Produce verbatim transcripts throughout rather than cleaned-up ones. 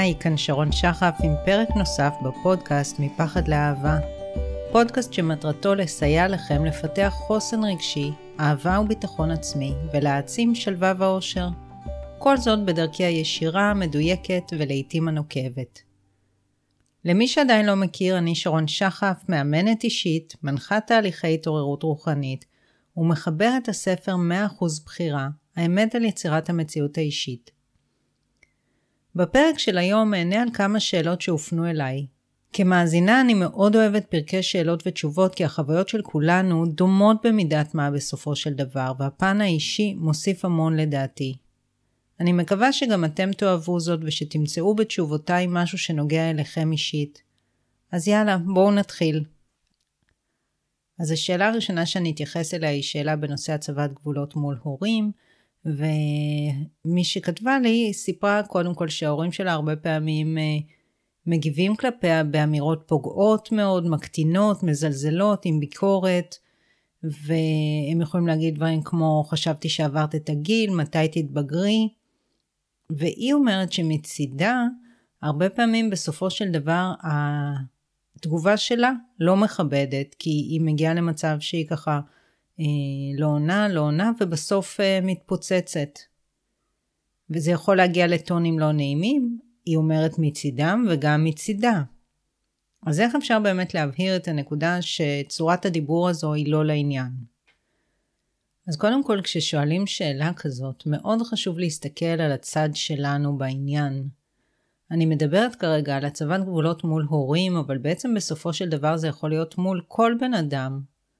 היי, כאן שרון שחף עם פרק נוסף בפודקאסט מפחד לאהבה. פודקאסט שמטרתו לסייע לכם לפתח חוסן רגשי, אהבה וביטחון עצמי ולהעצים שלווה ואושר. כל זאת בדרכי הישירה, מדויקת ולעיתים הנוקבת. למי שעדיין לא מכיר, אני שרון שחף, מאמנת אישית, מנחת תהליכי התעוררות רוחנית ומחבר את הספר מאה אחוז בחירה, האמת על יצירת המציאות האישית. בפרק של היום אענה על כמה שאלות שהופנו אליי. כמאזינה אני מאוד אוהבת פרקי שאלות ותשובות, כי החוויות של כולנו דומות במידת מה בסופו של דבר, והפן האישי מוסיף המון לדעתי. אני מקווה שגם אתם תאהבו זאת ושתמצאו בתשובותיי משהו שנוגע אליכם אישית. אז יאללה, בואו נתחיל. אז השאלה הראשונה שאני אתייחס אליה היא שאלה בנושא הצבת גבולות מול הורים, ומי שכתבה לי סיפרה קודם כל שההורים שלה הרבה פעמים מגיבים כלפיה באמירות פוגעות מאוד, מקטינות, מזלזלות, עם ביקורת, והם יכולים להגיד דברים כמו חשבתי שעברת את הגיל, מתי תתבגרי, והיא אומרת שמצידה הרבה פעמים בסופו של דבר התגובה שלה לא מכבדת, כי היא מגיעה למצב שהיא ככה לא עונה, לא עונה, ובסוף מתפוצצת. וזה יכול להגיע לטונים לא נעימים, היא אומרת מצידם וגם מצידה. אז איך אפשר באמת להבהיר את הנקודה שצורת הדיבור הזו היא לא לעניין? אז קודם כל, כששואלים שאלה כזאת, מאוד חשוב להסתכל על הצד שלנו בעניין. אני מדברת כרגע על הצבת גבולות מול הורים, אבל בעצם בסופו של דבר זה יכול להיות מול כל בן אדם.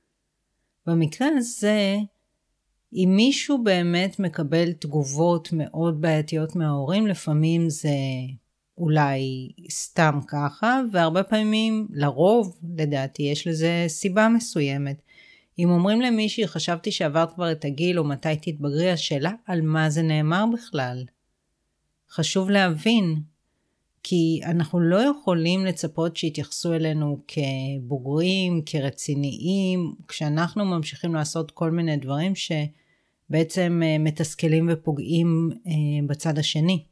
במקרה הזה, אם מישהו באמת מקבל תגובות מאוד בעייתיות מההורים, לפעמים זה אולי סתם ככה, והרבה פעמים, לרוב, לדעתי, יש לזה סיבה מסוימת. אם אומרים למישהי, חשבתי שעברת כבר את הגיל, או מתי תתבגרי, השאלה על מה זה נאמר בכלל. חשוב להבין, כי אנחנו לא יכולים לצפות שיתייחסו אלינו כבוגרים, כרציניים, כשאנחנו ממשיכים לעשות כל מיני דברים שבעצם מתסכלים ופוגעים בצד השני.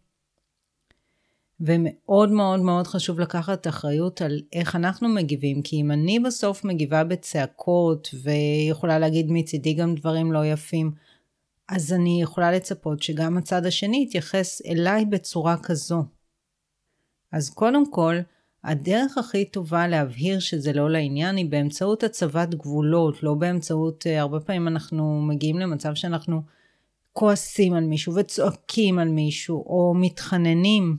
ומאוד מאוד מאוד חשוב לקחת אחריות על איך אנחנו מגיבים, כי אם אני בסוף מגיבה בצעקות ויכולה להגיד מצידי גם דברים לא יפים, אז אני יכולה לצפות שגם הצד השני יתייחס אליי בצורה כזו. אז קודם כל, הדרך הכי טובה להבהיר שזה לא לעניין היא באמצעות הצבת גבולות, לא באמצעות, הרבה פעמים אנחנו מגיעים למצב שאנחנו כועסים על מישהו וצועקים על מישהו, או מתחננים,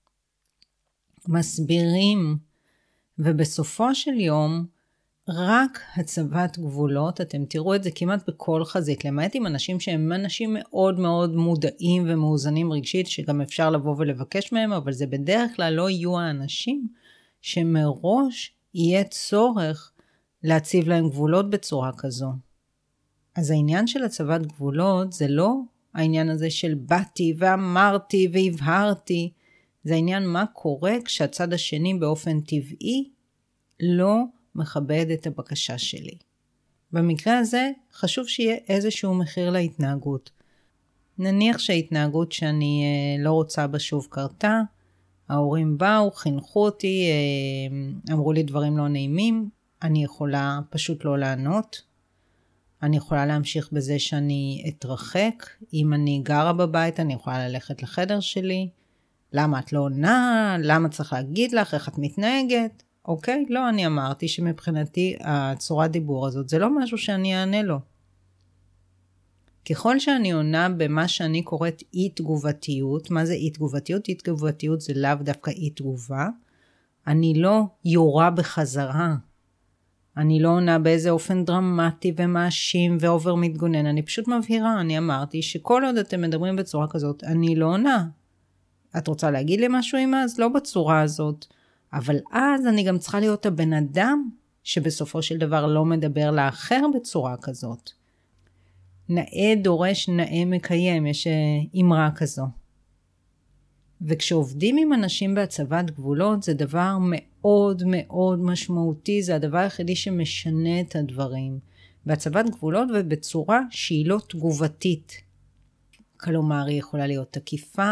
מסבירים, ובסופו של יום, רק הצבת גבולות, אתם תראו את זה כמעט בכל חזית, למעט עם אנשים שהם אנשים מאוד מאוד מודעים ומאוזנים רגשית, שגם אפשר לבוא ולבקש מהם, אבל זה בדרך כלל לא יהיו האנשים שמראש יהיה צורך להציב להם גבולות בצורה כזו. אז העניין של הצבת גבולות זה לא העניין הזה של באתי ואמרתי והבהרתי, זה העניין מה קורה כשהצד השני באופן טבעי לא מכבד את הבקשה שלי. במקרה הזה חשוב שיהיה איזשהו מחיר להתנהגות. נניח שההתנהגות שאני לא רוצה בה שוב קרתה, ההורים באו, חינכו אותי, אמרו לי דברים לא נעימים, אני יכולה פשוט לא לענות. אני יכולה להמשיך בזה שאני אתרחק. אם אני גרה בבית, אני יכולה ללכת לחדר שלי. למה את לא עונה? למה צריך להגיד לך? איך את מתנהגת? אוקיי? לא, אני אמרתי שמבחינתי הצורת דיבור הזאת זה לא משהו שאני אענה לו. ככל שאני עונה במה שאני קוראת אי תגובתיות, מה זה אי תגובתיות? אי תגובתיות זה לאו דווקא אי תגובה. אני לא יורה בחזרה. אני לא עונה באיזה אופן דרמטי ומאשים ואובר מתגונן. אני פשוט מבהירה, אני אמרתי שכל עוד אתם מדברים בצורה כזאת, אני לא עונה. את רוצה להגיד לי משהו אמא? אז לא בצורה הזאת. אבל אז אני גם צריכה להיות הבן אדם שבסופו של דבר לא מדבר לאחר בצורה כזאת. נאה דורש נאה מקיים, יש אמרה כזו. וכשעובדים עם אנשים בהצבת גבולות זה דבר מאוד מאוד משמעותי, זה הדבר היחידי שמשנה את הדברים. בהצבת גבולות ובצורה שהיא לא תגובתית. כלומר היא יכולה להיות תקיפה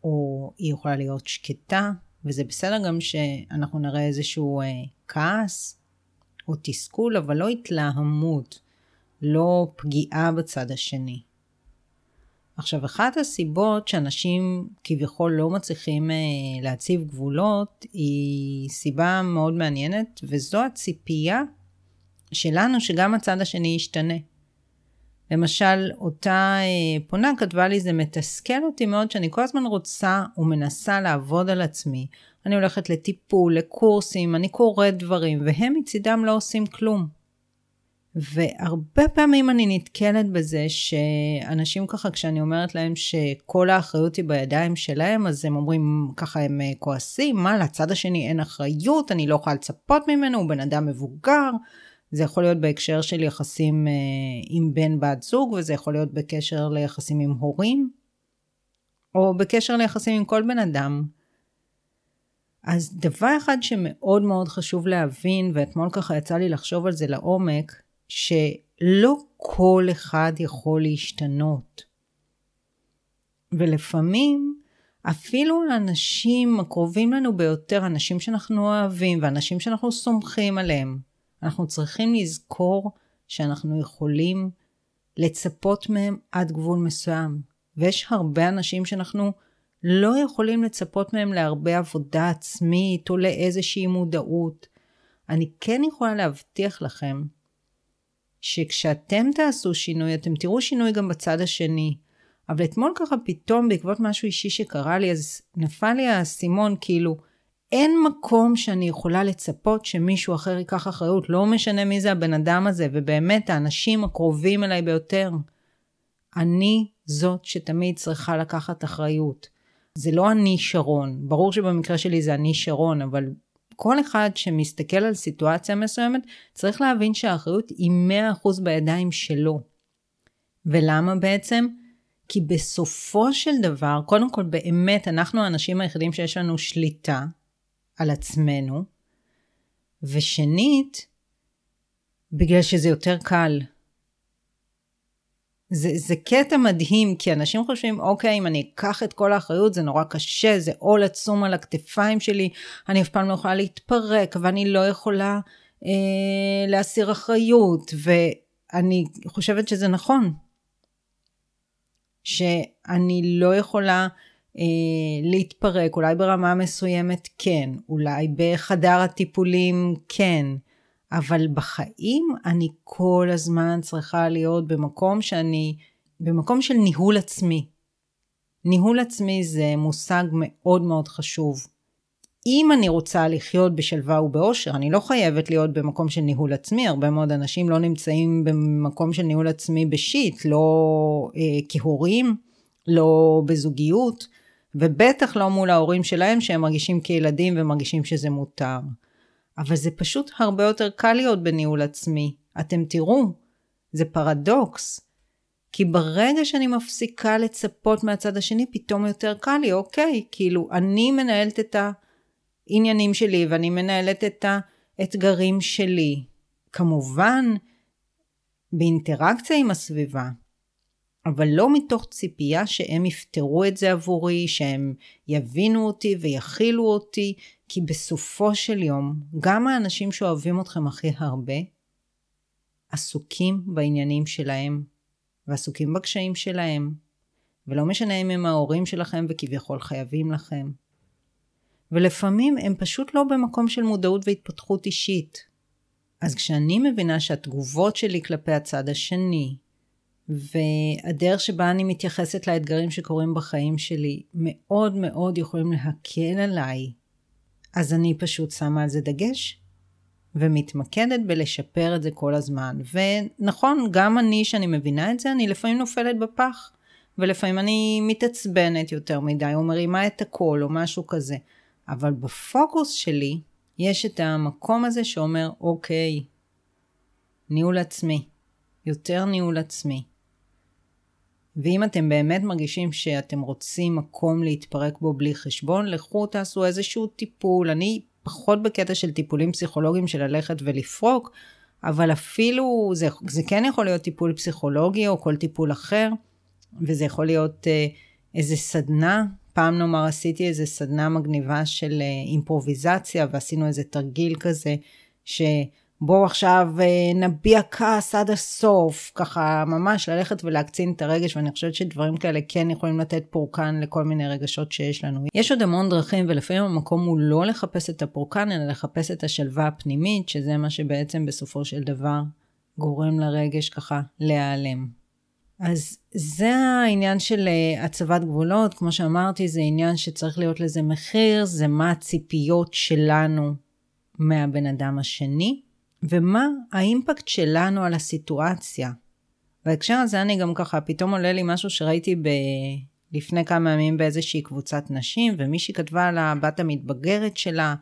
או היא יכולה להיות שקטה, וזה בסדר גם שאנחנו נראה איזשהו אה, כעס או תסכול, אבל לא התלהמות, לא פגיעה בצד השני. עכשיו, אחת הסיבות שאנשים כביכול לא מצליחים אה, להציב גבולות, היא סיבה מאוד מעניינת, וזו הציפייה שלנו שגם הצד השני ישתנה. למשל, אותה אה, פונה כתבה לי, זה מתסכל אותי מאוד שאני כל הזמן רוצה ומנסה לעבוד על עצמי. אני הולכת לטיפול, לקורסים, אני קוראת דברים, והם מצידם לא עושים כלום. והרבה פעמים אני נתקלת בזה שאנשים ככה, כשאני אומרת להם שכל האחריות היא בידיים שלהם, אז הם אומרים ככה, הם כועסים, מה, לצד השני אין אחריות, אני לא יכולה לצפות ממנו, הוא בן אדם מבוגר. זה יכול להיות בהקשר של יחסים עם בן בת זוג, וזה יכול להיות בקשר ליחסים עם הורים, או בקשר ליחסים עם כל בן אדם. אז דבר אחד שמאוד מאוד חשוב להבין, ואתמול ככה יצא לי לחשוב על זה לעומק, שלא כל אחד יכול להשתנות. ולפעמים, אפילו האנשים הקרובים לנו ביותר, אנשים שאנחנו אוהבים, ואנשים שאנחנו סומכים עליהם, אנחנו צריכים לזכור שאנחנו יכולים לצפות מהם עד גבול מסוים. ויש הרבה אנשים שאנחנו לא יכולים לצפות מהם להרבה עבודה עצמית או לאיזושהי מודעות. אני כן יכולה להבטיח לכם שכשאתם תעשו שינוי, אתם תראו שינוי גם בצד השני. אבל אתמול ככה פתאום בעקבות משהו אישי שקרה לי, אז נפל לי הסימון כאילו, אין מקום שאני יכולה לצפות שמישהו אחר ייקח אחריות, לא משנה מי זה הבן אדם הזה, ובאמת האנשים הקרובים אליי ביותר, אני זאת שתמיד צריכה לקחת אחריות. זה לא אני שרון, ברור שבמקרה שלי זה אני שרון, אבל כל אחד שמסתכל על סיטואציה מסוימת, צריך להבין שהאחריות היא מאה אחוז בידיים שלו. ולמה בעצם? כי בסופו של דבר, קודם כל באמת אנחנו האנשים היחידים שיש לנו שליטה, על עצמנו, ושנית, בגלל שזה יותר קל. זה, זה קטע מדהים, כי אנשים חושבים, אוקיי, אם אני אקח את כל האחריות, זה נורא קשה, זה עול עצום על הכתפיים שלי, אני אף פעם לא יכולה להתפרק, ואני לא יכולה אה, להסיר אחריות, ואני חושבת שזה נכון, שאני לא יכולה אה, להתפרק, אולי ברמה מסוימת כן, אולי בחדר הטיפולים כן, אבל בחיים אני כל הזמן צריכה להיות במקום שאני, במקום של ניהול עצמי. ניהול עצמי זה מושג מאוד מאוד חשוב. אם אני רוצה לחיות בשלווה ובאושר, אני לא חייבת להיות במקום של ניהול עצמי, הרבה מאוד אנשים לא נמצאים במקום של ניהול עצמי בשיט, לא אה, כהורים, לא בזוגיות, ובטח לא מול ההורים שלהם שהם מרגישים כילדים ומרגישים שזה מותר. אבל זה פשוט הרבה יותר קל להיות בניהול עצמי. אתם תראו, זה פרדוקס. כי ברגע שאני מפסיקה לצפות מהצד השני, פתאום יותר קל לי, אוקיי, כאילו אני מנהלת את העניינים שלי, ואני מנהלת את האתגרים שלי. כמובן, באינטראקציה עם הסביבה, אבל לא מתוך ציפייה שהם יפתרו את זה עבורי, שהם יבינו אותי ויחילו אותי, כי בסופו של יום, גם האנשים שאוהבים אתכם הכי הרבה, עסוקים בעניינים שלהם, ועסוקים בקשיים שלהם, ולא משנה אם הם ההורים שלכם וכביכול חייבים לכם. ולפעמים הם פשוט לא במקום של מודעות והתפתחות אישית. אז כשאני מבינה שהתגובות שלי כלפי הצד השני, והדרך שבה אני מתייחסת לאתגרים שקורים בחיים שלי, מאוד מאוד יכולים להקל עליי, אז אני פשוט שמה על זה דגש, ומתמקדת בלשפר את זה כל הזמן. ונכון, גם אני שאני מבינה את זה, אני לפעמים נופלת בפח, ולפעמים אני מתעצבנת יותר מדי, או מרימה את הכל, או משהו כזה. אבל בפוקוס שלי, יש את המקום הזה שאומר, אוקיי, ניהול עצמי, יותר ניהול עצמי. ואם אתם באמת מרגישים שאתם רוצים מקום להתפרק בו בלי חשבון, לכו תעשו איזשהו טיפול. אני פחות בקטע של טיפולים פסיכולוגיים של ללכת ולפרוק, אבל אפילו זה, זה כן יכול להיות טיפול פסיכולוגי או כל טיפול אחר, וזה יכול להיות אה, איזה סדנה פעם נאמר עשיתי איזה סדנה מגניבה של אימפרוביזציה, ועשינו איזה תרגיל כזה, שבואו עכשיו נביע כעס עד הסוף, ככה ממש ללכת ולהקצין את הרגש, ואני חושבת שדברים כאלה כן יכולים לתת פורקן לכל מיני רגשות שיש לנו. יש עוד המון דרכים, ולפעמים המקום הוא לא לחפש את הפורקן, אלא לחפש את השלווה הפנימית, שזה מה שבעצם בסופו של דבר גורם לרגש ככה להיעלם. אז זה העניין של הצבת גבולות, כמו שאמרתי, זה עניין שצריך להיות לזה מחיר, זה מה הציפיות שלנו מהבן אדם השני, ומה האימפקט שלנו על הסיטואציה. בהקשר הזה אני גם ככה, פתאום עולה לי משהו שראיתי ב... לפני כמה ימים באיזושהי קבוצת נשים, ומישהי כתבה על הבת המתבגרת שלה,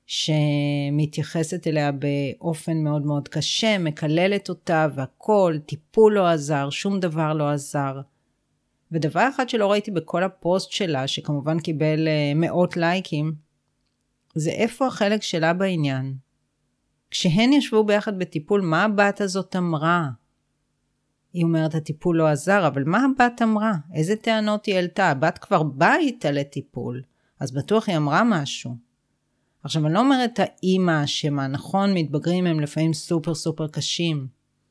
שמתייחסת אליה באופן מאוד מאוד קשה, מקללת אותה והכל, טיפול לא עזר, שום דבר לא עזר. ודבר אחד שלא ראיתי בכל הפוסט שלה, שכמובן קיבל מאות לייקים, זה איפה החלק שלה בעניין. כשהן ישבו ביחד בטיפול, מה הבת הזאת אמרה? היא אומרת, הטיפול לא עזר, אבל מה הבת אמרה? איזה טענות היא העלתה? הבת כבר באה איתה לטיפול, אז בטוח היא אמרה משהו. עכשיו, אני לא אומרת האמא אשמה, נכון, מתבגרים הם לפעמים סופר סופר קשים.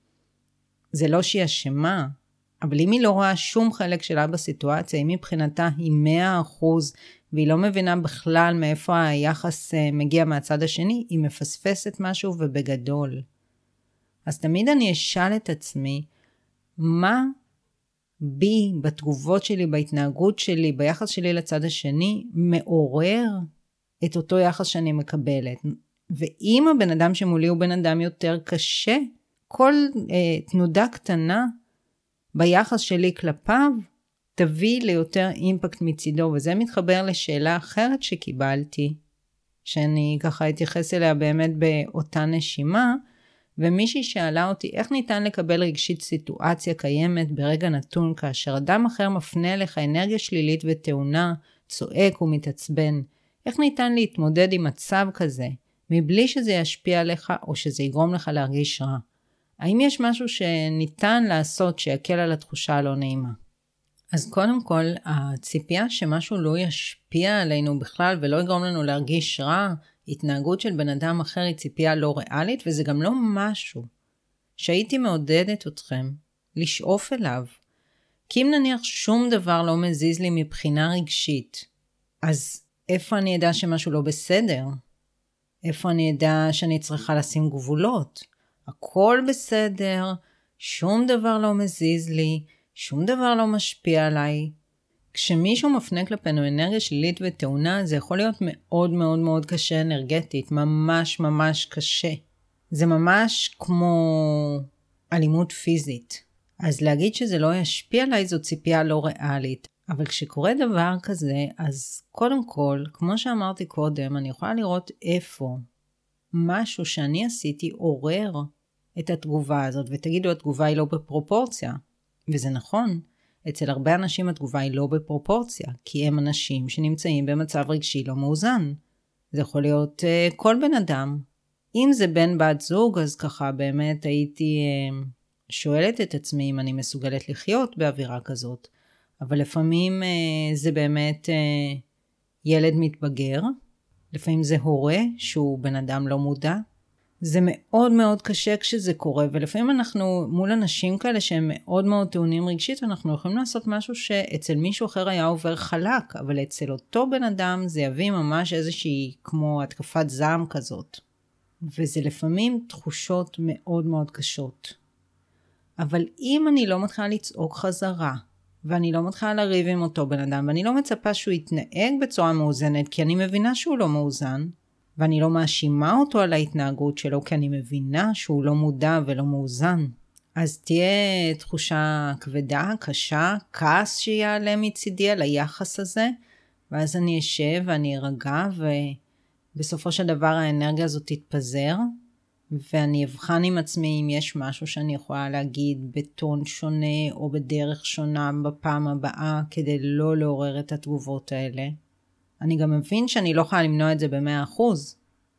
זה לא שהיא אשמה, אבל אם היא לא רואה שום חלק שלה בסיטואציה, אם מבחינתה היא מאה אחוז, והיא לא מבינה בכלל מאיפה היחס מגיע מהצד השני, היא מפספסת משהו ובגדול. אז תמיד אני אשאל את עצמי, מה בי, בתגובות שלי, בהתנהגות שלי, ביחס שלי לצד השני, מעורר את אותו יחס שאני מקבלת. ואם הבן אדם שמולי הוא בן אדם יותר קשה, כל אה, תנודה קטנה ביחס שלי כלפיו, תביא ליותר אימפקט מצידו, וזה מתחבר לשאלה אחרת שקיבלתי, שאני ככה אתייחס אליה באמת באותה נשימה, ומישהי שאלה אותי, איך ניתן לקבל רגשית סיטואציה קיימת ברגע נתון, כאשר אדם אחר מפנה לך אנרגיה שלילית וטעונה, צועק ומתעצבן, איך ניתן להתמודד עם מצב כזה, מבלי שזה ישפיע עליך או שזה יגרום לך להרגיש רע? האם יש משהו שניתן לעשות שיקל על התחושה הלא נעימה? אז קודם כל, הציפייה שמשהו לא ישפיע עלינו בכלל ולא יגרום לנו להרגיש רע, התנהגות של בן אדם אחר היא ציפייה לא ריאלית, וזה גם לא משהו שהייתי מעודדת אתכם לשאוף אליו. כי אם נניח שום דבר לא מזיז לי מבחינה רגשית, אז איפה אני אדע שמשהו לא בסדר? איפה אני אדע שאני צריכה לשים גבולות? הכל בסדר, שום דבר לא מזיז לי, שום דבר לא משפיע עליי. כשמישהו מפנה כלפינו אנרגיה שלילית וטעונה, זה יכול להיות מאוד מאוד מאוד קשה אנרגטית, ממש ממש קשה. זה ממש כמו אלימות פיזית. אז להגיד שזה לא ישפיע עליי זו ציפייה לא ריאלית. אבל כשקורה דבר כזה, אז קודם כל, כמו שאמרתי קודם, אני יכולה לראות איפה משהו שאני עשיתי עורר את התגובה הזאת, ותגידו, התגובה היא לא בפרופורציה. וזה נכון, אצל הרבה אנשים התגובה היא לא בפרופורציה, כי הם אנשים שנמצאים במצב רגשי לא מאוזן. זה יכול להיות uh, כל בן אדם. אם זה בן בת זוג, אז ככה באמת הייתי uh, שואלת את עצמי אם אני מסוגלת לחיות באווירה כזאת. אבל לפעמים uh, זה באמת uh, ילד מתבגר, לפעמים זה הורה שהוא בן אדם לא מודע. זה מאוד מאוד קשה כשזה קורה, ולפעמים אנחנו מול אנשים כאלה שהם מאוד מאוד טעונים רגשית, אנחנו יכולים לעשות משהו שאצל מישהו אחר היה עובר חלק, אבל אצל אותו בן אדם זה יביא ממש איזושהי כמו התקפת זעם כזאת. וזה לפעמים תחושות מאוד מאוד קשות. אבל אם אני לא מתחילה לצעוק חזרה, ואני לא מתחילה לריב עם אותו בן אדם, ואני לא מצפה שהוא יתנהג בצורה מאוזנת, כי אני מבינה שהוא לא מאוזן, ואני לא מאשימה אותו על ההתנהגות שלו, כי אני מבינה שהוא לא מודע ולא מאוזן. אז תהיה תחושה כבדה, קשה, כעס שיעלה מצידי על היחס הזה, ואז אני אשב ואני ארגע, ובסופו של דבר האנרגיה הזאת תתפזר, ואני אבחן עם עצמי אם יש משהו שאני יכולה להגיד בטון שונה או בדרך שונה בפעם הבאה, כדי לא לעורר את התגובות האלה. אני גם מבין שאני לא יכולה למנוע את זה ב-מאה אחוז.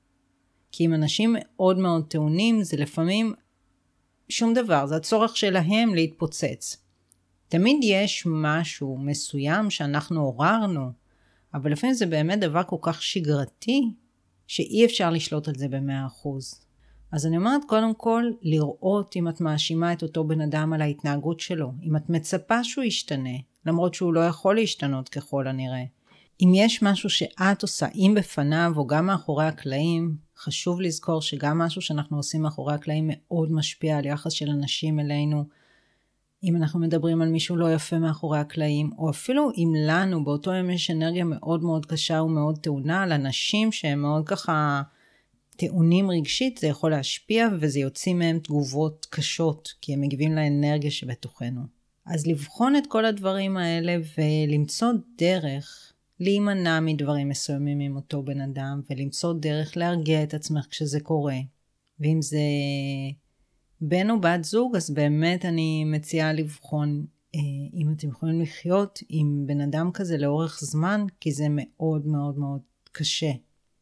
כי אם אנשים מאוד מאוד טעונים, זה לפעמים שום דבר, זה הצורך שלהם להתפוצץ. תמיד יש משהו מסוים שאנחנו עוררנו, אבל לפעמים זה באמת דבר כל כך שגרתי, שאי אפשר לשלוט על זה ב-מאה אחוז. אז אני אומרת קודם כל, לראות אם את מאשימה את אותו בן אדם על ההתנהגות שלו, אם את מצפה שהוא ישתנה, למרות שהוא לא יכול להשתנות ככל הנראה. אם יש משהו שאת עושה, אם בפניו או גם מאחורי הקלעים, חשוב לזכור שגם משהו שאנחנו עושים מאחורי הקלעים מאוד משפיע על יחס של אנשים אלינו. אם אנחנו מדברים על מישהו לא יפה מאחורי הקלעים, או אפילו אם לנו באותו יום יש אנרגיה מאוד מאוד קשה ומאוד טעונה על אנשים שהם מאוד ככה טעונים רגשית, זה יכול להשפיע וזה יוציא מהם תגובות קשות, כי הם מגיבים לאנרגיה שבתוכנו. אז לבחון את כל הדברים האלה ולמצוא דרך להימנע מדברים מסוימים עם אותו בן אדם, ולמצוא דרך להרגיע את עצמך כשזה קורה. ואם זה בן או בת זוג, אז באמת אני מציעה לבחון אם אתם יכולים לחיות עם בן אדם כזה לאורך זמן, כי זה מאוד מאוד מאוד קשה.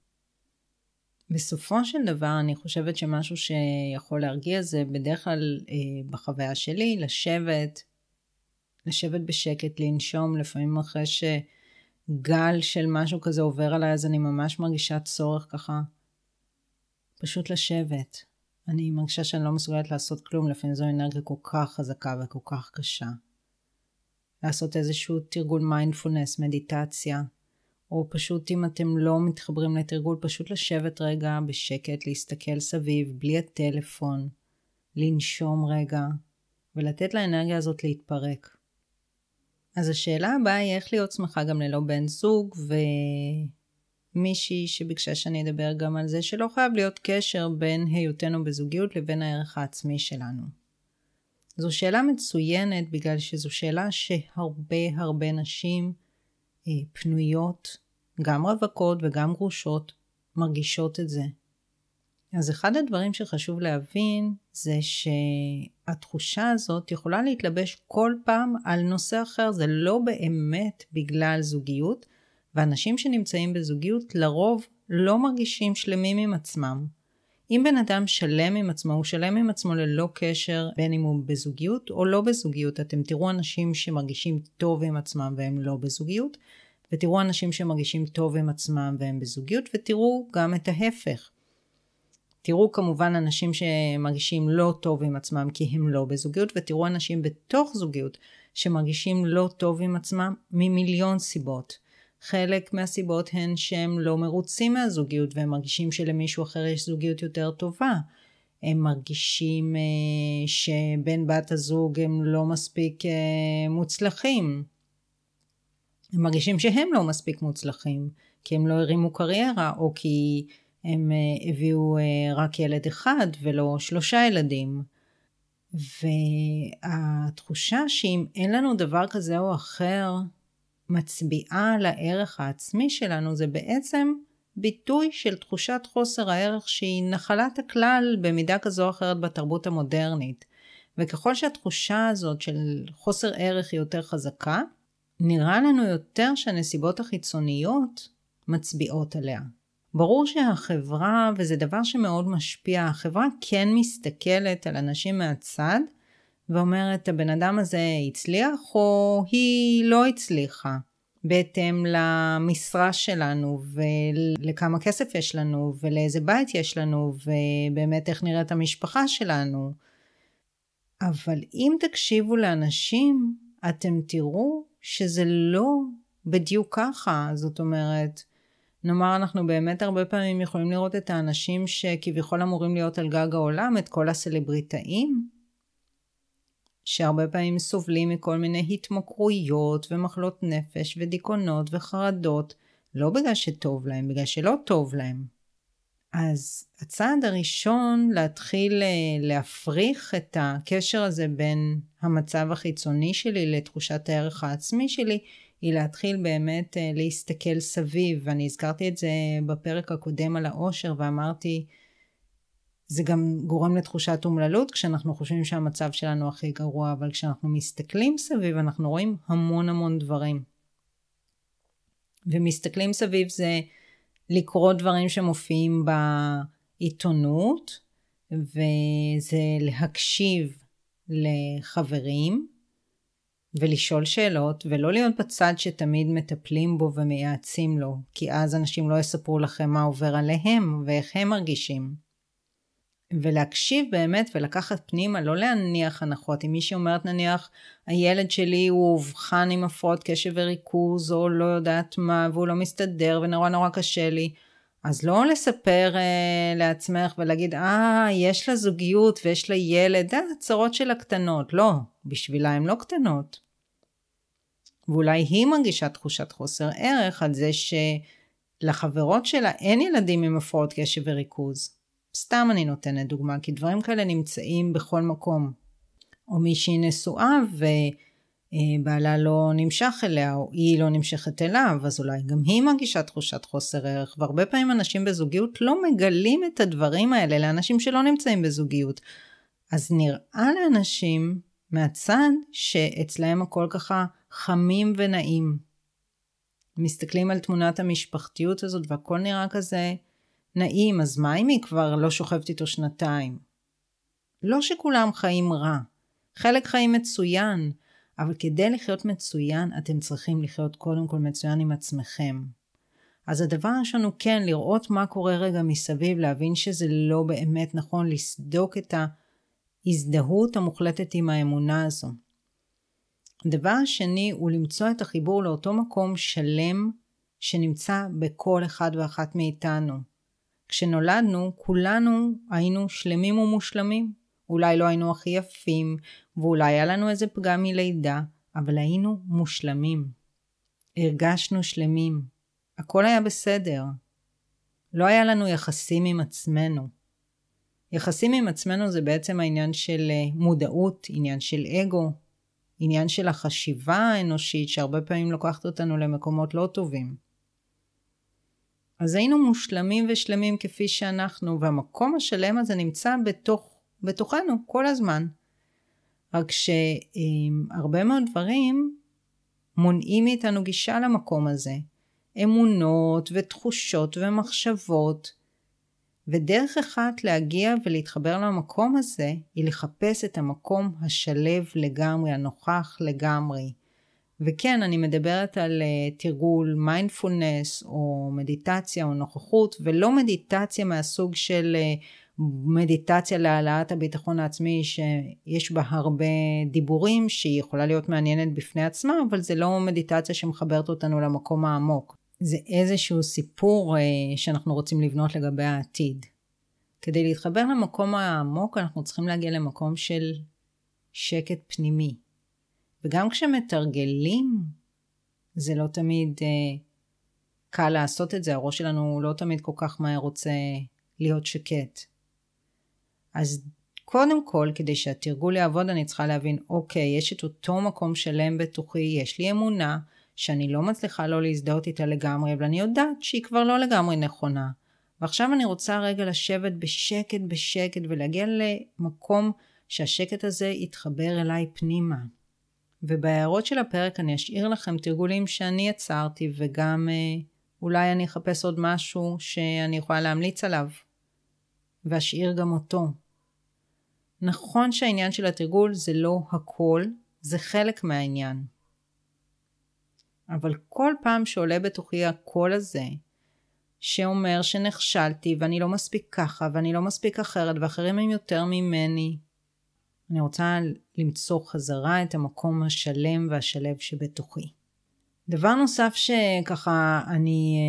בסופו של דבר אני חושבת שמשהו שיכול להרגיע זה בדרך כלל בחוויה שלי, לשבת, לשבת בשקט, לנשום, לפעמים אחרי שגל של משהו כזה עובר עליי, אז אני ממש מרגישה צורך ככה, פשוט לשבת. אני מרגישה שאני לא מסוגלת לעשות כלום, לפעמים זו אנרגיה כל כך חזקה וכל כך קשה. לעשות איזשהו תרגול מיינדפולנס, מדיטציה, או פשוט אם אתם לא מתחברים לתרגול, פשוט לשבת רגע בשקט, להסתכל סביב, בלי הטלפון, לנשום רגע, ולתת לאנרגיה הזאת להתפרק. אז השאלה הבאה היא איך להיות שמחה גם ללא בן זוג, ומישהי שביקשה שאני אדבר גם על זה, שלא חייב להיות קשר בין היותנו בזוגיות לבין הערך העצמי שלנו. זו שאלה מצוינת, בגלל שזו שאלה שהרבה הרבה נשים פנויות, גם רווקות וגם גרושות, מרגישות את זה. אז אחד הדברים שחשוב להבין זה שהתחושה הזאת יכולה להתלבש כל פעם על נושא אחר. זה לא באמת בגלל זוגיות, ואנשים שנמצאים בזוגיות לרוב לא מרגישים שלמים עם עצמם. אם בן אדם שלם עם עצמו, הוא שלם עם עצמו ללא קשר בין אם הוא בזוגיות או לא בזוגיות. אתם תראו אנשים שמרגישים טוב עם עצמם והם לא בזוגיות, ותראו אנשים שמרגישים טוב עם עצמם והם בזוגיות, ותראו גם את ההפך. תראו כמובן אנשים שמרגישים לא טוב עם עצמם כי הם לא בזוגיות, ותראו אנשים בתוך זוגיות שמרגישים לא טוב עם עצמם ממיליון סיבות. חלק מהסיבות הן שהם לא מרוצים מהזוגיות, והם מרגישים שלמישהו אחר יש זוגיות יותר טובה. הם מרגישים uh, שבין בת הזוג הם לא מספיק uh, מוצלחים. הם מרגישים שהם לא מספיק מוצלחים, כי הם לא הרימו קריירה, או כי הם uh, הביאו uh, רק ילד אחד ולא שלושה ילדים. והתחושה שאם אין לנו דבר כזה או אחר, מצביעה על הערך העצמי שלנו, זה בעצם ביטוי של תחושת חוסר הערך שהיא נחלת הכלל במידה כזו או אחרת בתרבות המודרנית. וככל שהתחושה הזאת של חוסר ערך היא יותר חזקה, נראה לנו יותר שהנסיבות החיצוניות מצביעות עליה. ברור שהחברה, וזה דבר שמאוד משפיע, החברה כן מסתכלת על אנשים מהצד, ואומרת, הבן אדם הזה הצליח או היא לא הצליחה, בהתאם למשרה שלנו ולכמה כסף יש לנו ולאיזה בית יש לנו ובאמת איך נראית המשפחה שלנו. אבל אם תקשיבו לאנשים, אתם תראו שזה לא בדיוק ככה. זאת אומרת, נאמר אנחנו באמת הרבה פעמים יכולים לראות את האנשים שכביכול אמורים להיות על גג העולם, את כל הסלבריטאים, שהרבה פעמים סובלים מכל מיני התמכרויות ומחלות נפש ודיכאונות וחרדות, לא בגלל שטוב להם, בגלל שלא טוב להם. אז הצעד הראשון להתחיל להפריך את הקשר הזה בין המצב החיצוני שלי לתחושת הערך העצמי שלי, היא להתחיל באמת להסתכל סביב, ואני הזכרתי את זה בפרק הקודם על האושר, ואמרתי, זה גם גורם לתחושת אומללות כשאנחנו חושבים שהמצב שלנו הכי גרוע, אבל כשאנחנו מסתכלים סביב אנחנו רואים המון המון דברים. ומסתכלים סביב זה לקרוא דברים שמופיעים בעיתונות, וזה להקשיב לחברים, ולשאול שאלות, ולא להיות בצד שתמיד מטפלים בו ומייעצים לו, כי אז אנשים לא יספרו לכם מה עובר עליהם ואיך הם מרגישים. ולהקשיב באמת ולקחת פנימה, לא להניח הנחות. אם מישהי אומרת נניח, הילד שלי הוא אובחן עם הפרעות קשב וריכוז, או לא יודעת מה, והוא לא מסתדר ונורא נורא קשה לי, אז לא לספר אה, לעצמך ולהגיד, אה, יש לה זוגיות ויש לה ילד, אה, הצרות שלה קטנות. לא, בשבילה הן לא קטנות. ואולי היא מרגישה תחושת חוסר ערך על זה שלחברות שלה אין ילדים עם הפרעות קשב וריכוז. סתם אני נותנת דוגמה, כי דברים כאלה נמצאים בכל מקום. או מישהי נשואה ובעלה לא נמשך אליה, או היא לא נמשכת אליו, אז אולי גם היא מרגישה תחושת חוסר ערך, והרבה פעמים אנשים בזוגיות לא מגלים את הדברים האלה לאנשים שלא נמצאים בזוגיות. אז נראה לאנשים מהצד שאצלהם הכל ככה חמים ונעים. מסתכלים על תמונת המשפחתיות הזאת והכל נראה כזה נעים, אז מה אם היא כבר לא שוכבת איתו שנתיים? לא שכולם חיים רע, חלק חיים מצוין, אבל כדי לחיות מצוין אתם צריכים לחיות קודם כל מצוין עם עצמכם. אז הדבר הראשון הוא כן לראות מה קורה רגע מסביב, להבין שזה לא באמת נכון, לסדוק את ההזדהות המוחלטת עם האמונה הזו. הדבר השני הוא למצוא את החיבור לאותו מקום שלם שנמצא בכל אחד ואחת מאיתנו. כשנולדנו, כולנו היינו שלמים ומושלמים. אולי לא היינו הכי יפים, ואולי היה לנו איזה פגם מלידה, אבל היינו מושלמים. הרגשנו שלמים. הכל היה בסדר. לא היה לנו יחסים עם עצמנו. יחסים עם עצמנו זה בעצם העניין של מודעות, עניין של אגו, עניין של החשיבה האנושית שהרבה פעמים לוקחת אותנו למקומות לא טובים. אז היינו מושלמים ושלמים כפי שאנחנו, והמקום השלם הזה נמצא בתוך, בתוכנו כל הזמן. רק שהרבה מאוד דברים מונעים מאיתנו גישה למקום הזה. אמונות ותחושות ומחשבות. ודרך אחת להגיע ולהתחבר למקום הזה, היא לחפש את המקום השלב לגמרי, הנוכח לגמרי. וכן, אני מדברת על uh, תרגול מיינדפולנס או מדיטציה או נוכחות, ולא מדיטציה מהסוג של uh, מדיטציה להעלאת הביטחון העצמי, שיש בה הרבה דיבורים, שהיא יכולה להיות מעניינת בפני עצמה, אבל זה לא מדיטציה שמחברת אותנו למקום העמוק. זה איזשהו סיפור uh, שאנחנו רוצים לבנות לגבי העתיד. כדי להתחבר למקום העמוק, אנחנו צריכים להגיע למקום של שקט פנימי. וגם כשמתרגלים, זה לא תמיד uh, קל לעשות את זה. הראש שלנו לא תמיד כל כך מהר רוצה להיות שקט. אז קודם כל, כדי שהתרגול יעבוד, אני צריכה להבין, אוקיי, יש את אותו מקום שלם בתוכי, יש לי אמונה, שאני לא מצליחה לא להזדהות איתה לגמרי, אבל אני יודעת שהיא כבר לא לגמרי נכונה. ועכשיו אני רוצה רגע לשבת בשקט בשקט, ולהגיע למקום שהשקט הזה יתחבר אליי פנימה. ובהערות של הפרק אני אשאיר לכם תרגולים שאני יצרתי, וגם אה, אולי אני אחפש עוד משהו שאני יכולה להמליץ עליו, ואשאיר גם אותו. נכון שהעניין של התרגול זה לא הכל, זה חלק מהעניין. אבל כל פעם שעולה בתוכי הקול הזה, שאומר שנכשלתי ואני לא מספיק ככה ואני לא מספיק אחרת ואחרים הם יותר ממני, אני רוצה למצוא חזרה את המקום השלם והשלב שבתוכי. דבר נוסף שככה אני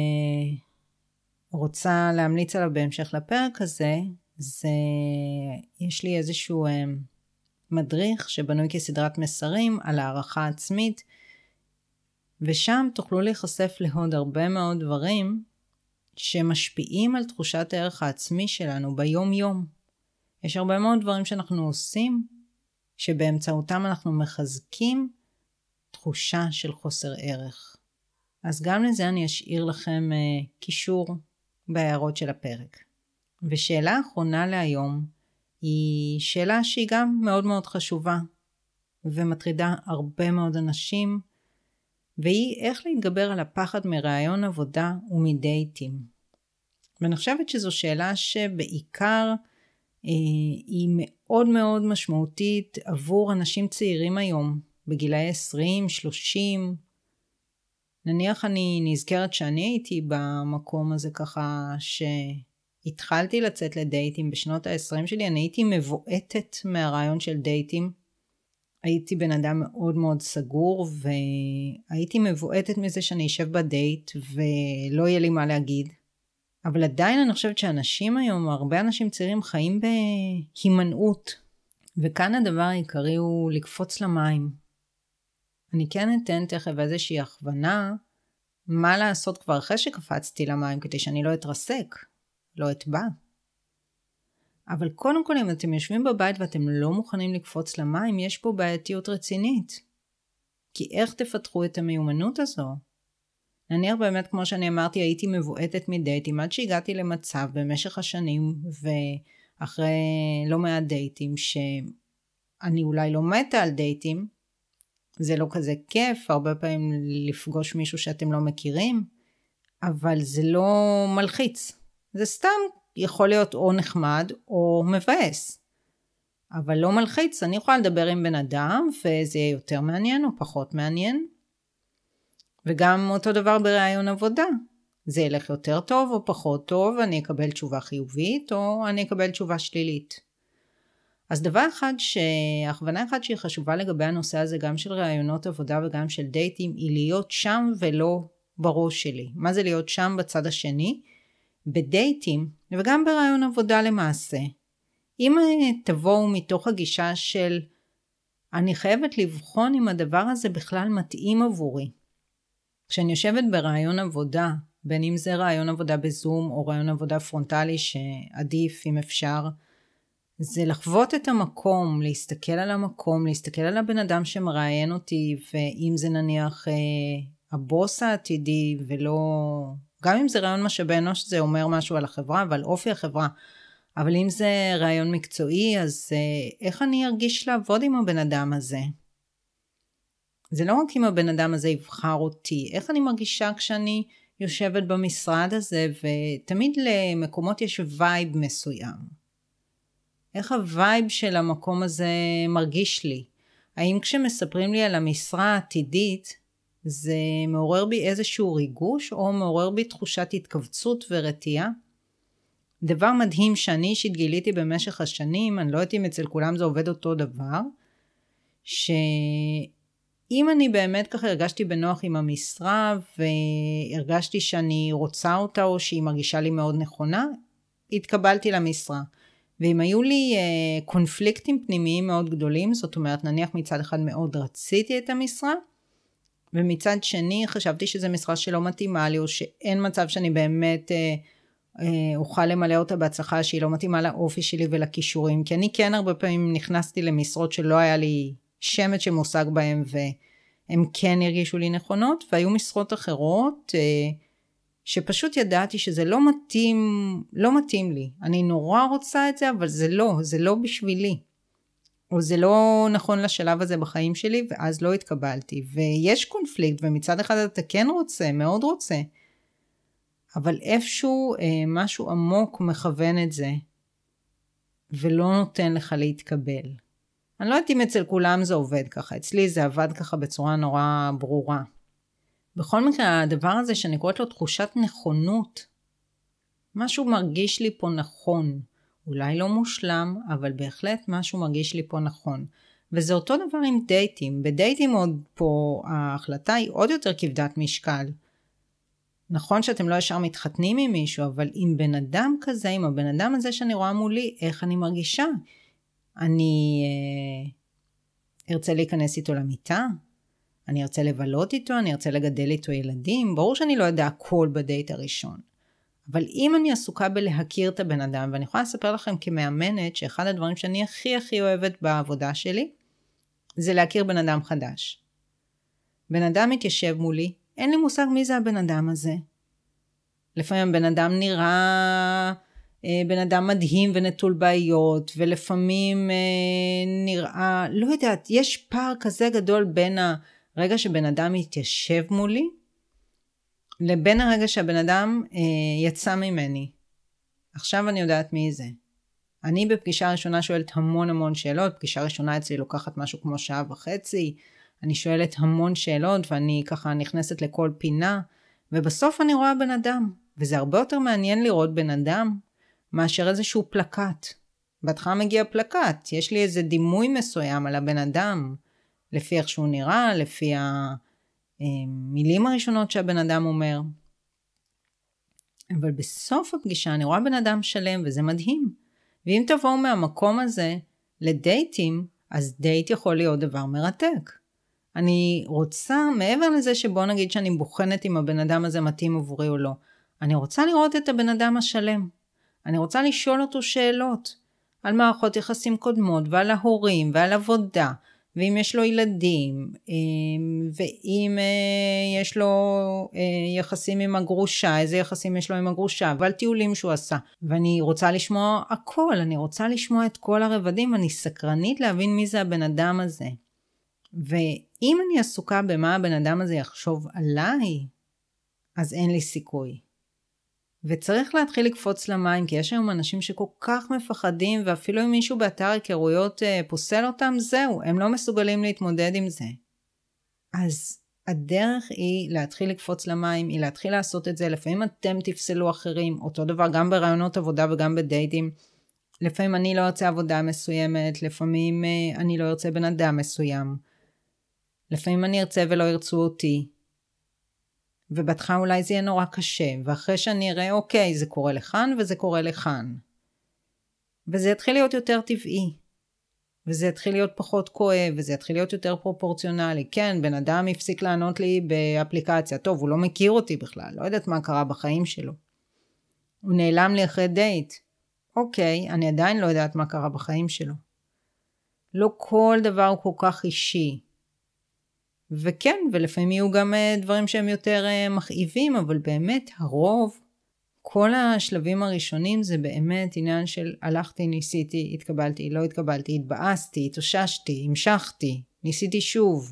רוצה להמליץ עליו בהמשך לפרק הזה, זה יש לי איזשהו מדריך שבנוי כסדרת מסרים על הערכה עצמית, ושם תוכלו להיחשף לעוד הרבה מאוד דברים שמשפיעים על תחושת הערך העצמי שלנו ביום יום. יש הרבה מאוד דברים שאנחנו עושים, שבאמצעותם אנחנו מחזקים תחושה של חוסר ערך. אז גם לזה אני אשאיר לכם uh, קישור בהערות של הפרק. ושאלה האחרונה להיום היא שאלה שהיא גם מאוד מאוד חשובה, ומטרידה הרבה מאוד אנשים, והיא איך להתגבר על הפחד מרעיון עבודה ומדייטים. ואני חושבת שזו שאלה שבעיקר היא מאוד מאוד משמעותית עבור אנשים צעירים היום, בגילאי עשרים, שלושים. נניח אני נזכרת שאני הייתי במקום הזה ככה שהתחלתי לצאת לדייטים בשנות ה-עשרים שלי, אני הייתי מבועטת מהרעיון של דייטים. הייתי בן אדם מאוד מאוד סגור, והייתי מבועטת מזה שאני אשב בדייט ולא יהיה לי מה להגיד. אבל עדיין אני חושבת שאנשים היום, הרבה אנשים צעירים חיים בהימנעות. וכאן הדבר העיקרי הוא לקפוץ למים. אני כן אתן תכף איזושהי הכוונה מה לעשות כבר אחרי שקפצתי למים, כדי שאני לא אתרסק, לא אטבע. אבל קודם כל, אם אתם יושבים בבית ואתם לא מוכנים לקפוץ למים, יש פה בעייתיות רצינית. כי איך תפתחו את המיומנות הזו? נניח באמת, כמו שאני אמרתי, הייתי מבועטת מדייטים, עד שהגעתי למצב במשך השנים, ואחרי לא מעט דייטים, שאני אולי לא מתה על דייטים, זה לא כזה כיף, הרבה פעמים לפגוש מישהו שאתם לא מכירים, אבל זה לא מלחיץ. זה סתם יכול להיות או נחמד או מבאס. אבל לא מלחיץ, אני יכולה לדבר עם בן אדם, וזה יהיה יותר מעניין או פחות מעניין. וגם אותו דבר ברעיון עבודה. זה ילך יותר טוב או פחות טוב, אני אקבל תשובה חיובית או אני אקבל תשובה שלילית. אז דבר אחד, הכוונה אחת שהיא חשובה לגבי הנושא הזה, גם של רעיונות עבודה וגם של דייטים, היא להיות שם ולא בראש שלי. מה זה להיות שם בצד השני? בדייטים וגם ברעיון עבודה למעשה. אם תבואו מתוך הגישה של אני חייבת לבחון אם הדבר הזה בכלל מתאים עבורי. כשאני יושבת ברעיון עבודה, בין אם זה רעיון עבודה בזום או רעיון עבודה פרונטלי שעדיף אם אפשר, זה לחוות את המקום, להסתכל על המקום, להסתכל על הבן אדם שמראיין אותי, ואם זה נניח אה, הבוס העתידי ולא, גם אם זה רעיון משאבי אנוש, זה אומר משהו על החברה ועל אופי החברה, אבל אם זה רעיון מקצועי, אז אה, איך אני ארגיש לעבוד עם הבן אדם הזה? זה לא רק אם הבן אדם הזה יבחר אותי, איך אני מרגישה כשאני יושבת במשרד הזה, ותמיד למקומות יש וייב מסוים. איך הווייב של המקום הזה מרגיש לי? האם כשמספרים לי על המשרה העתידית, זה מעורר בי איזשהו ריגוש, או מעורר בי תחושת התכווצות ורתיעה? דבר מדהים שאני אישית גיליתי במשך השנים, אני לא יודעת אם אצל כולם זה עובד אותו דבר, שאם אני באמת ככה הרגשתי בנוח עם המשרה, והרגשתי שאני רוצה אותה, או שהיא מרגישה לי מאוד נכונה, התקבלתי למשרה. ואם היו לי אה, קונפליקטים פנימיים מאוד גדולים, זאת אומרת נניח מצד אחד מאוד רציתי את המשרה, ומצד שני חשבתי שזה משרה שלא מתאימה לי, או שאין מצב שאני באמת אה, אה, אוכל למלא אותה בהצלחה, שהיא לא מתאימה לאופי שלי ולכישורים, כי אני כן הרבה פעמים נכנסתי למשרות שלא היה לי שמץ שמושג בהם, והם כן הרגישו לי נכונות, והיו משרות אחרות, אה, שפשוט ידעתי שזה לא מתאים, לא מתאים לי. אני נורא רוצה את זה, אבל זה לא, זה לא בשבילי. או זה לא נכון לשלב הזה בחיים שלי, ואז לא התקבלתי. ויש קונפליקט, ומצד אחד אתה כן רוצה, מאוד רוצה. אבל איפשהו אה, משהו עמוק מכוון את זה, ולא נותן לך להתקבל. אני לא יודעת אם אצל כולם זה עובד ככה. אצלי זה עבד ככה בצורה נורא ברורה. בכל מקרה, הדבר הזה שאני קוראת לו תחושת נכונות, משהו מרגיש לי פה נכון, אולי לא מושלם, אבל בהחלט משהו מרגיש לי פה נכון. וזה אותו דבר עם דייטים. בדייטים עוד פה ההחלטה היא עוד יותר כבדת משקל. נכון שאתם לא ישר מתחתנים עם מישהו, אבל עם בן אדם כזה, עם הבן אדם הזה שאני רואה מולי, איך אני מרגישה? אני אה, ארצה להיכנס איתו למיטה? אני ארצה לבלות איתו, אני ארצה לגדל איתו ילדים, ברור שאני לא יודע הכל בדייט הראשון. אבל אם אני עסוקה בלהכיר את הבן אדם, ואני יכולה לספר לכם כמאמנת, שאחד הדברים שאני הכי הכי אוהבת בעבודה שלי, זה להכיר בן אדם חדש. בן אדם מתיישב מולי, אין לי מושג מי זה הבן אדם הזה. לפעמים בן אדם נראה בן אדם מדהים ונטול בעיות, ולפעמים נראה, לא יודעת, יש פער כזה גדול בין ה... רגע שבן אדם יתיישב מולי, לבין הרגע שהבן אדם אה, יצא ממני. עכשיו אני יודעת מי זה. אני בפגישה ראשונה שואלת המון המון שאלות, פגישה ראשונה אצלי לוקחת משהו כמו שעה וחצי, אני שואלת המון שאלות ואני ככה נכנסת לכל פינה, ובסוף אני רואה בן אדם, וזה הרבה יותר מעניין לראות בן אדם מאשר איזשהו פלקט. בהתחלה מגיע פלקט, יש לי איזה דימוי מסוים על הבן אדם, לפי איך שהוא נראה, לפי המילים הראשונות שהבן אדם אומר. אבל בסוף הפגישה אני רואה בן אדם שלם וזה מדהים. ואם תבואו מהמקום הזה לדייטים, אז דייט יכול להיות דבר מרתק. אני רוצה, מעבר לזה שבוא נגיד שאני בוחנת אם הבן אדם הזה מתאים עבורי או לא, אני רוצה לראות את הבן אדם השלם. אני רוצה לשאול אותו שאלות על מערכות יחסים קודמות ועל ההורים ועל עבודה, ואם יש לו ילדים, ואם יש לו יחסים עם הגרושה, איזה יחסים יש לו עם הגרושה, ועל טיולים שהוא עשה. ואני רוצה לשמוע הכל, אני רוצה לשמוע את כל הרבדים, אני סקרנית להבין מי זה הבן אדם הזה. ואם אני עסוקה במה הבן אדם הזה יחשוב עליי, אז אין לי סיכוי. וצריך להתחיל לקפוץ למים, כי יש היום אנשים שכל כך מפחדים, ואפילו אם מישהו באתר היכרויות פוסל אותם, זהו, הם לא מסוגלים להתמודד עם זה. אז הדרך היא להתחיל לקפוץ למים, היא להתחיל לעשות את זה, לפעמים אתם תפסלו אחרים, אותו דבר גם ברעיונות עבודה וגם בדייטים, לפעמים אני לא ארצה עבודה מסוימת, לפעמים אני לא ארצה בן אדם מסוים, לפעמים אני ארצה ולא ירצו אותי, ובתך אולי זה יהיה נורא קשה, ואחרי שאני אראה, אוקיי, זה קורה לכאן וזה קורה לכאן. וזה יתחיל להיות יותר טבעי, וזה יתחיל להיות פחות כואב, וזה יתחיל להיות יותר פרופורציונלי. כן, בן אדם הפסיק לענות לי באפליקציה, טוב, הוא לא מכיר אותי בכלל, לא יודעת מה קרה בחיים שלו. הוא נעלם לי אחרי דייט. אוקיי, אני עדיין לא יודעת מה קרה בחיים שלו. לא כל דבר הוא כל כך אישי. וכן, ולפעמים יהיו גם דברים שהם יותר מכאיבים, אבל באמת הרוב, כל השלבים הראשונים זה באמת עניין של הלכתי, ניסיתי, התקבלתי, לא התקבלתי, התבאסתי, התאוששתי, המשכתי, ניסיתי שוב.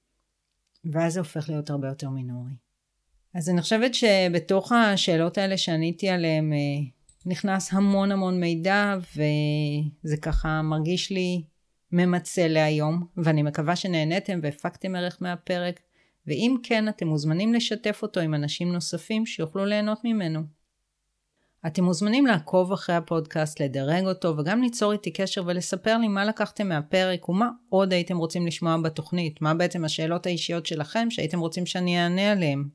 ואז זה הופך להיות הרבה יותר מינורי. אז אני חושבת שבתוך השאלות האלה שעניתי עליהן, נכנס המון המון מידע, וזה ככה מרגיש לי ממצא להיום, ואני מקווה שנהניתם והפקתם ערך מהפרק, ואם כן, אתם מוזמנים לשתף אותו עם אנשים נוספים שיוכלו ליהנות ממנו. אתם מוזמנים לעקוב אחרי הפודקאסט, לדרג אותו, וגם ליצור איתי קשר ולספר לי מה לקחתם מהפרק, ומה עוד הייתם רוצים לשמוע בתוכנית, מה בעצם השאלות האישיות שלכם שהייתם רוצים שאני אענה עליהם.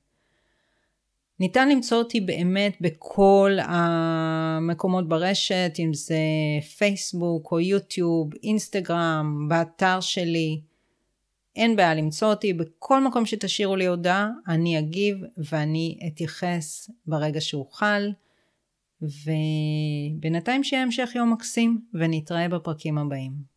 ניתן למצוא אותי באמת בכל המקומות ברשת, אם זה פייסבוק או יוטיוב, אינסטגרם, באתר שלי. אין בעיה למצוא אותי, בכל מקום שתשאירו לי הודעה, אני אגיב ואני אתייחס ברגע שאוכל. ובינתיים שיהיה המשך יום מקסים, ונתראה בפרקים הבאים.